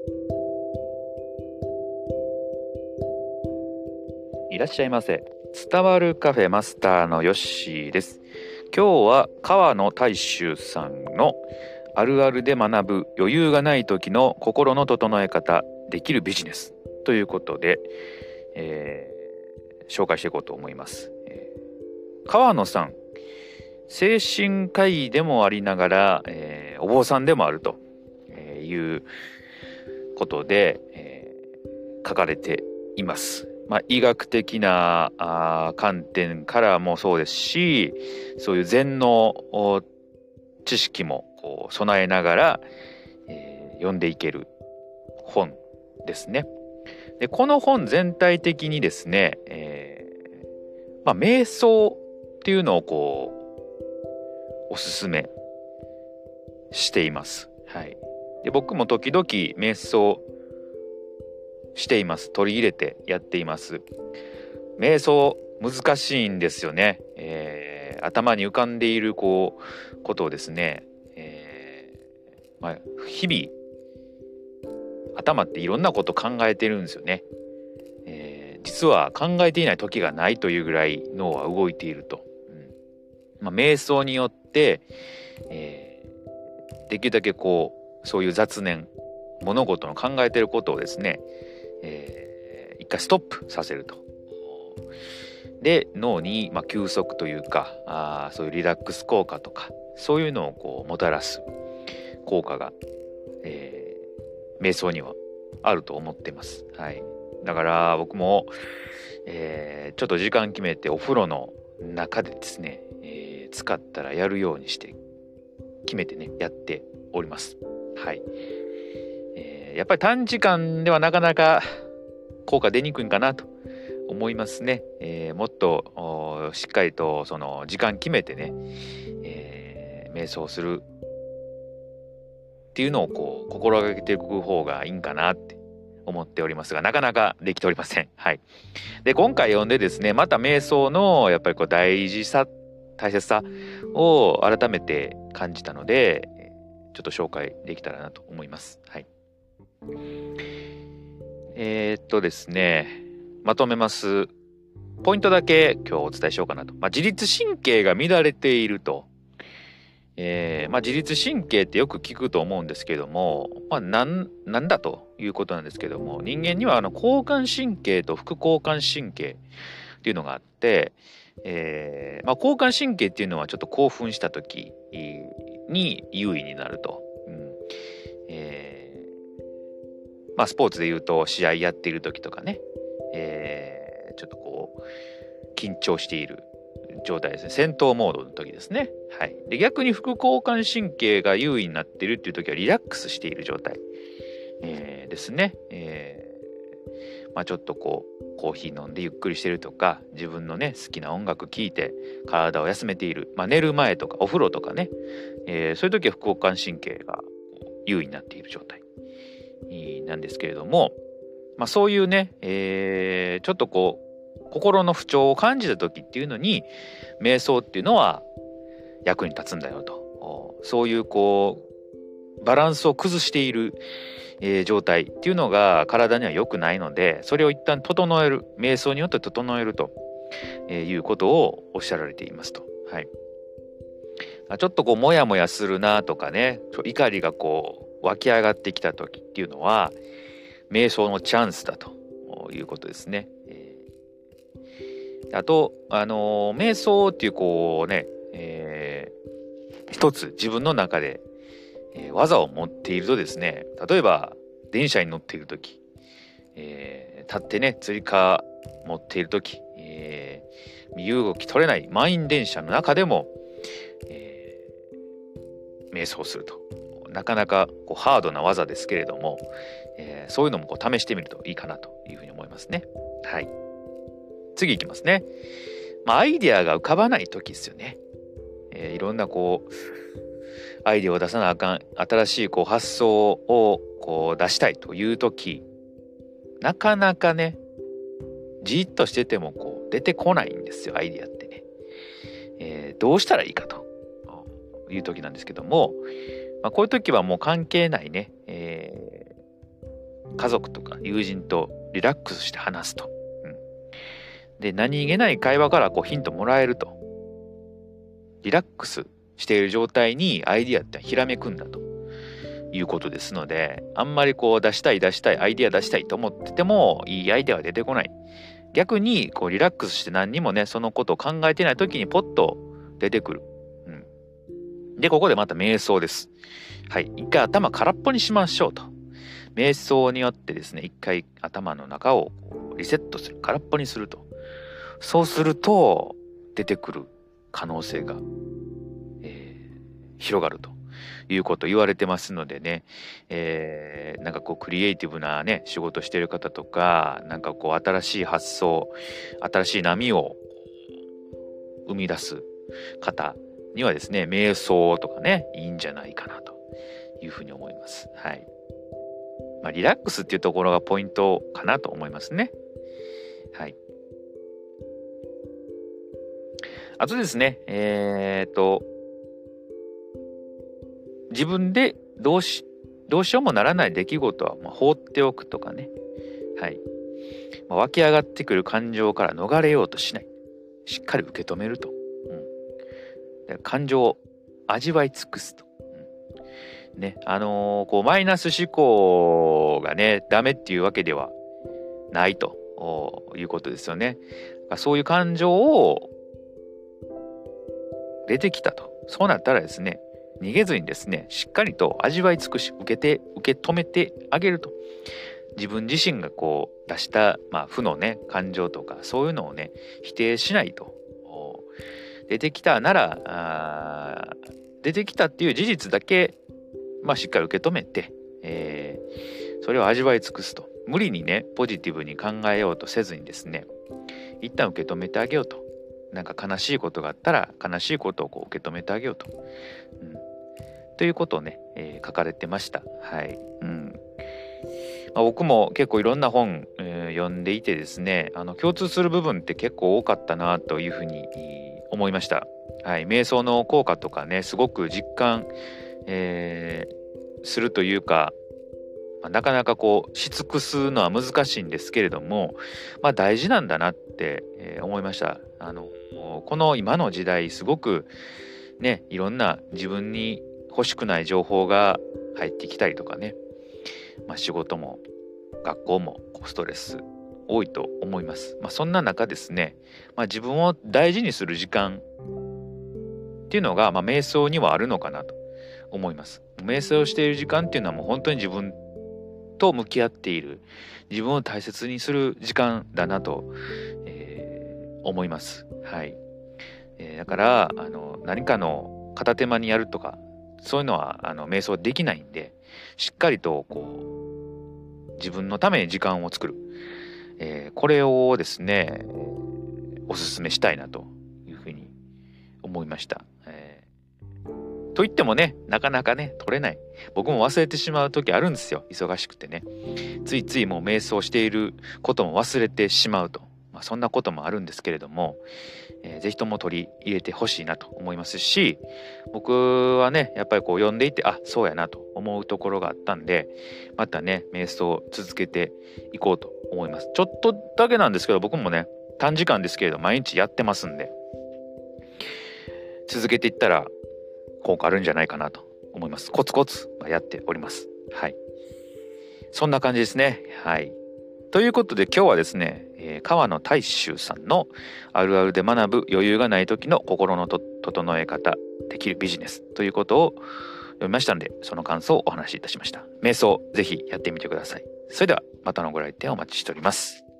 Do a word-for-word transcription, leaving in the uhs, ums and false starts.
いらっしゃいませ。伝わるカフェマスターのヨッシーです。今日は川野大衆さんのあるあるで学ぶ余裕がない時の心の整え方、できるビジネスということで、えー、紹介していこうと思います。えー、川野さん、精神科医でもありながら、えー、お坊さんでもあるということで、えー、書かれています。まあ、医学的なあ観点からもそうですし、そういう禅の知識もこう備えながら、えー、読んでいける本ですね。で、この本全体的にですね、えーまあ、瞑想っていうのをこうおすすめしています。はい。で、僕も時々瞑想しています。取り入れてやっています。瞑想難しいんですよね。えー、頭に浮かんでいるこうことをですね、えーまあ、日々頭っていろんなこと考えてるんですよね。えー、実は考えていない時がないというぐらい脳は動いていると。うん、まあ、瞑想によって、えー、できるだけこうそういう雑念、物事の考えていることをですね、えー、一回ストップさせると。で、脳に、まあ、休息というか、あそういうリラックス効果とか、そういうのをこうもたらす効果が、えー、瞑想にはあると思ってます。はい。だから僕も、えー、ちょっと時間決めてお風呂の中でですね、えー、使ったらやるようにして決めてね、やっております。はい。えー、やっぱり短時間ではなかなか効果出にくいんかなと思いますね。えー、もっとしっかりとその時間決めてね、えー、瞑想するっていうのをこう心がけていく方がいいんかなって思っておりますが、なかなかできておりません。はい。で、今回読んでですね、また瞑想のやっぱりこう大事さ、大切さを改めて感じたので、ちょっと紹介できたらなと思います。はい。えー、っとですね、まとめます。ポイントだけ今日お伝えしようかなと。まあ、自律神経が乱れていると。えーまあ、自律神経ってよく聞くと思うんですけども、まあ、なんなんだということなんですけども、人間にはあの交感神経と副交感神経っていうのがあって、えーまあ、交感神経っていうのはちょっと興奮した時に優位になると。うんえーまあ、スポーツでいうと試合やっている時とかね、えーちょっとこう緊張している状態ですね。戦闘モードの時ですね。はい。で、逆に副交感神経が優位になっているっていう時はリラックスしている状態、えー、ですね。えー、まあちょっとこうコーヒー飲んでゆっくりしてるとか、自分のね好きな音楽聴いて体を休めている。まあ寝る前とかお風呂とかね、えー、そういう時は副交感神経が優位になっている状態なんですけれども、まあそういうね、えー、ちょっとこう心の不調を感じた時っていうのに瞑想っていうのは役に立つんだよと。そういうこうバランスを崩している、えー、状態っていうのが体には良くないので、それを一旦整える、瞑想によって整えるということをおっしゃられていますと。はい。ちょっとこうモヤモヤするなとかね、怒りがこう湧き上がってきた時っていうのは瞑想のチャンスだということですね。あと、あのー、瞑想っていうこうね、えー、一つ自分の中で、えー、技を持っているとですね、例えば電車に乗っている時、えー、立ってね、つり革持っている時、えー、身動き取れない満員電車の中でも、えー、瞑想すると。なかなかこうハードな技ですけれども、えー、そういうのもこう試してみるといいかなというふうに思いますね。はい。次いきますね。まあ、アイデアが浮かばない時ですよね。えー、いろんなこうアイデアを出さなあかん、新しいこう発想をこう出したいという時、なかなかね、じっとしててもこう出てこないんですよ、アイデアってね。えー、どうしたらいいかという時なんですけども、まあ、こういう時はもう関係ないね、え家族とか友人とリラックスして話すと、うん、で何気ない会話からこうヒントもらえると。リラックスしている状態にアイディアってひらめくんだということですので、あんまりこう出したい出したいアイディア出したいと思っててもいいアイディアは出てこない。逆にこうリラックスして何にもねそのことを考えてない時にポッと出てくる、うん、でここでまた瞑想です。はい、一回頭空っぽにしましょうと。瞑想によってですね一回頭の中をリセットする、空っぽにすると。そうすると出てくる可能性が、えー、広がるということ言われてますのでね、えー、なんかこうクリエイティブなね仕事してる方とか、なんかこう新しい発想、新しい波を生み出す方にはですね瞑想とかねいいんじゃないかなというふうに思います。はい。まあリラックスっていうところがポイントかなと思いますね。はい。あとですね、えー、っと、自分でどうし、どうしようもならない出来事はまあ放っておくとかね。はい。まあ、湧き上がってくる感情から逃れようとしない。しっかり受け止めると。うん、感情を味わい尽くすと。うん、ね、あのー、こう、マイナス思考がね、ダメっていうわけではないということですよね。そういう感情を出てきたと。そうなったらですね、逃げずにですね、しっかりと味わい尽くし、受けて、受け止めてあげると。自分自身がこう出した、まあ、負のね、感情とか、そういうのをね、否定しないと。出てきたなら、あ出てきたっていう事実だけ、まあ、しっかり受け止めて、えー、それを味わい尽くすと。無理にね、ポジティブに考えようとせずにですね、一旦受け止めてあげようと。なんか悲しいことがあったら悲しいことをこう受け止めてあげようと、うん、ということをね、えー、書かれてました。はい。うん。まあ、僕も結構いろんな本、えー、読んでいてですね、あの共通する部分って結構多かったなというふうに思いました。はい。瞑想の効果とかね、すごく実感、えー、するというか、まあ、なかなかこうし尽くすのは難しいんですけれども、まあ大事なんだなって、えー、思いました。あのこの今の時代すごくね、いろんな自分に欲しくない情報が入ってきたりとかね、まあ、仕事も学校もストレス多いと思います。まあ、そんな中ですね、まあ、自分を大事にする時間っていうのが、まあ、瞑想にはあるのかなと思います。瞑想している時間っていうのはもう本当に自分と向き合っている、自分を大切にする時間だなと、えー、思います。はい。えー、だからあの何かの片手間にやるとかそういうのはあの瞑想できないんで、しっかりとこう自分のために時間を作る、えー、これをですねおすすめしたいなというふうに思いました。えー、と言ってもねなかなかね取れない、僕も忘れてしまう時あるんですよ。忙しくてね、ついついもう瞑想していることも忘れてしまうと、まあ、そんなこともあるんですけれども、えー、ぜひとも取り入れてほしいなと思いますし、僕はねやっぱりこう読んでいてあそうやなと思うところがあったんで、またね瞑想を続けていこうと思います。ちょっとだけなんですけど、僕もね短時間ですけれど毎日やってますんで、続けていったら効果あるんじゃないかなと思います。コツコツやっております。はい、そんな感じですね。はい。ということで今日はですね、えー、川野大衆さんのあるあるで学ぶ余裕がない時の心のと整え方できるビジネスということを読みましたので、その感想をお話しいたしました。瞑想ぜひやってみてください。それではまたのご来店お待ちしております。